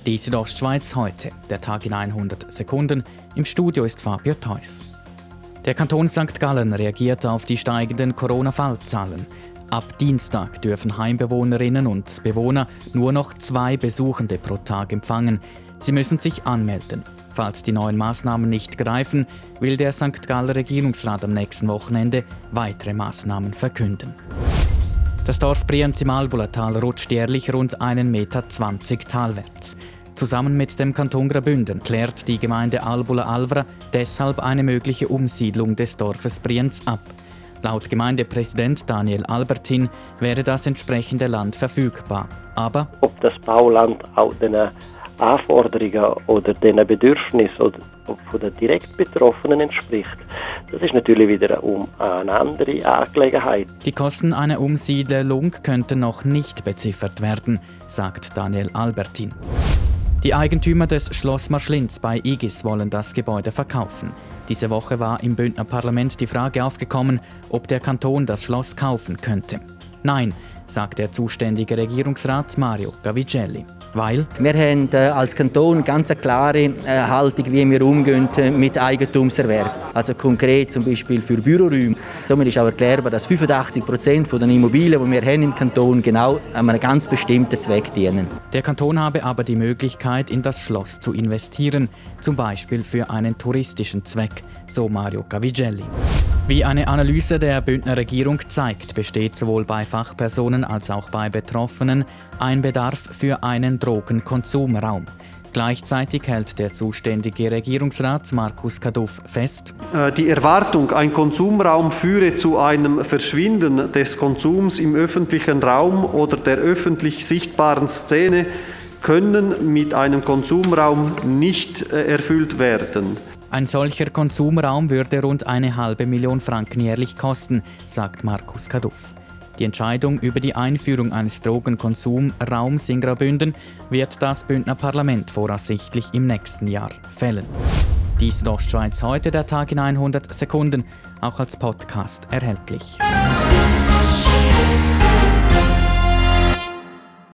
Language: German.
Die Südostschweiz heute, der Tag in 100 Sekunden. Im Studio ist Fabio Theus. Der Kanton St. Gallen reagiert auf die steigenden Corona-Fallzahlen. Ab Dienstag dürfen Heimbewohnerinnen und Bewohner nur noch 2 Besuchende pro Tag empfangen. Sie müssen sich anmelden. Falls die neuen Maßnahmen nicht greifen, will der St. Galler Regierungsrat am nächsten Wochenende weitere Maßnahmen verkünden. Das Dorf Brienz im Albulatal rutscht jährlich rund 1,20 Meter talwärts. Zusammen mit dem Kanton Graubünden klärt die Gemeinde Albula-Alvra deshalb eine mögliche Umsiedlung des Dorfes Brienz ab. Laut Gemeindepräsident Daniel Albertin wäre das entsprechende Land verfügbar. Aber ob das Bauland auch den Anforderungen oder den Bedürfnissen von den direkt Betroffenen entspricht, das ist natürlich wieder eine andere Angelegenheit. Die Kosten einer Umsiedelung könnten noch nicht beziffert werden, sagt Daniel Albertin. Die Eigentümer des Schloss Marschlinz bei Igis wollen das Gebäude verkaufen. Diese Woche war im Bündner Parlament die Frage aufgekommen, ob der Kanton das Schloss kaufen könnte. Nein, sagt der zuständige Regierungsrat Mario Gavigelli. Weil wir haben als Kanton ganz eine klare Haltung, wie wir umgehen mit Eigentumserwerb. Also konkret zum Beispiel für Büroräume. Damit ist auch erklärbar, dass 85% der Immobilien, die wir haben im Kanton, genau einem ganz bestimmten Zweck dienen. Der Kanton habe aber die Möglichkeit, in das Schloss zu investieren, zum Beispiel für einen touristischen Zweck, so Mario Gavigelli. Wie eine Analyse der Bündner Regierung zeigt, besteht sowohl bei Fachpersonen als auch bei Betroffenen ein Bedarf für einen Drogenkonsumraum. Gleichzeitig hält der zuständige Regierungsrat Markus Kaduff fest: Die Erwartung, ein Konsumraum führe zu einem Verschwinden des Konsums im öffentlichen Raum oder der öffentlich sichtbaren Szene, können mit einem Konsumraum nicht erfüllt werden. Ein solcher Konsumraum würde rund 1,5 Million Franken jährlich kosten, sagt Markus Kaduff. Die Entscheidung über die Einführung eines Drogenkonsumraums in Graubünden wird das Bündner Parlament voraussichtlich im nächsten Jahr fällen. Die Südostschweiz heute, der Tag in 100 Sekunden, auch als Podcast erhältlich.